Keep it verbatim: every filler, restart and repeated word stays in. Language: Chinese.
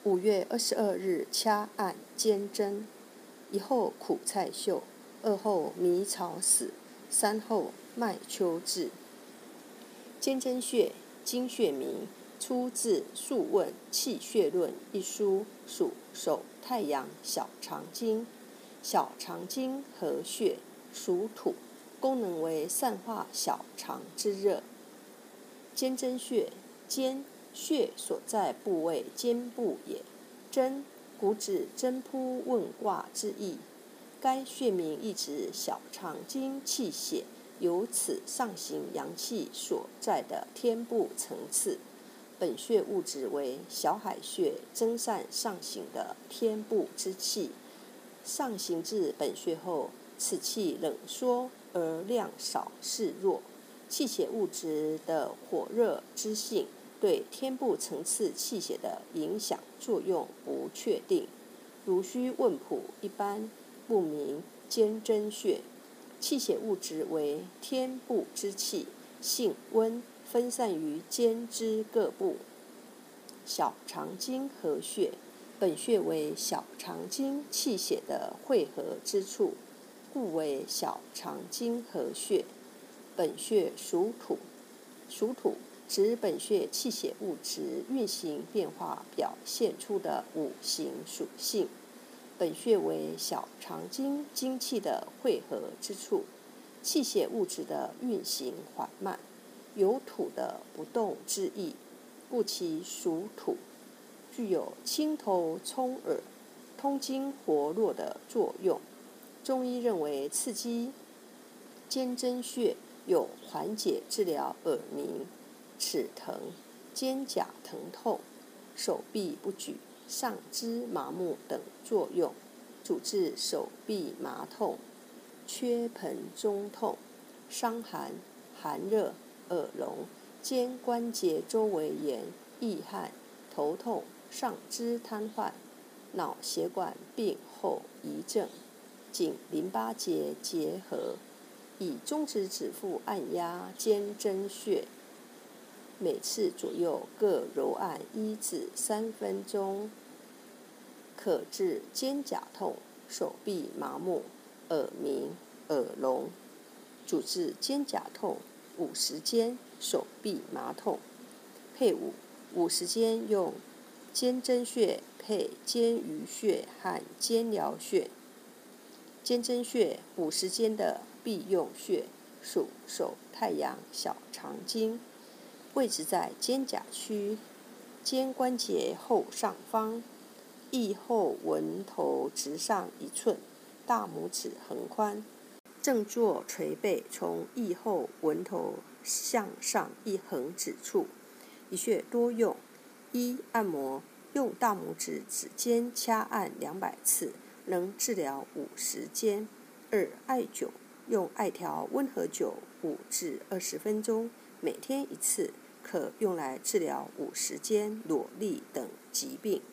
五月二十二日掐按肩针，一后苦菜秀，二后迷草死，三后麦秋至。肩针穴，经穴名，出自《素问·气血论》一书，属手太阳小肠经。小肠经合穴，属土，功能为散化小肠之热。肩针穴，肩穴所在部位肩部也，针古指针扑问卦之意。该穴名意指小肠经气血由此上行阳气所在的天部层次。本穴物质为小海穴蒸散上行的天部之气，上行至本穴后，此气冷缩而量少势弱，气血物质的火热之性对天部层次气血的影响作用不确定，如需问卜一般，不明肩针穴。气血物质为天部之气，性温，分散于肩之各部。小肠经合穴，本穴为小肠经气血的汇合之处，故为小肠经合穴。本穴属土，属土指本穴气血物质运行变化表现出的五行属性。本穴为小肠经精气的汇合之处，气血物质的运行缓慢，有土的不动之意，故其属土，具有清头聪耳、通经活络的作用。中医认为刺激肩针穴有缓解治疗耳鸣、齿疼、肩胛疼痛、手臂不举、上肢麻木等作用，主治手臂麻痛、缺盆中痛、伤寒、寒热、耳聋、肩关节周围炎、易汗、头痛、上肢瘫痪、脑血管病后遗症、颈淋巴结结核。以中指指腹按压肩针穴，每次左右各揉按一至三分钟，可治肩胛痛、手臂麻木、耳鸣、耳聋，主治肩胛痛、五十肩、手臂麻痛。配伍五十肩用肩针穴配肩俞穴和肩髎穴。肩针穴五十肩的必用穴，属手太阳小肠经，位置在肩胛区肩关节后上方，腋后纹头直上一寸，大拇指横宽，正坐垂背，从腋后纹头向上一横指处。一穴多用：一、按摩，用大拇指指尖掐按两百次，能治疗五十肩。二、艾灸，用艾条温和灸五至二十分钟，每天一次，可用来治疗五十肩、裸痢等疾病。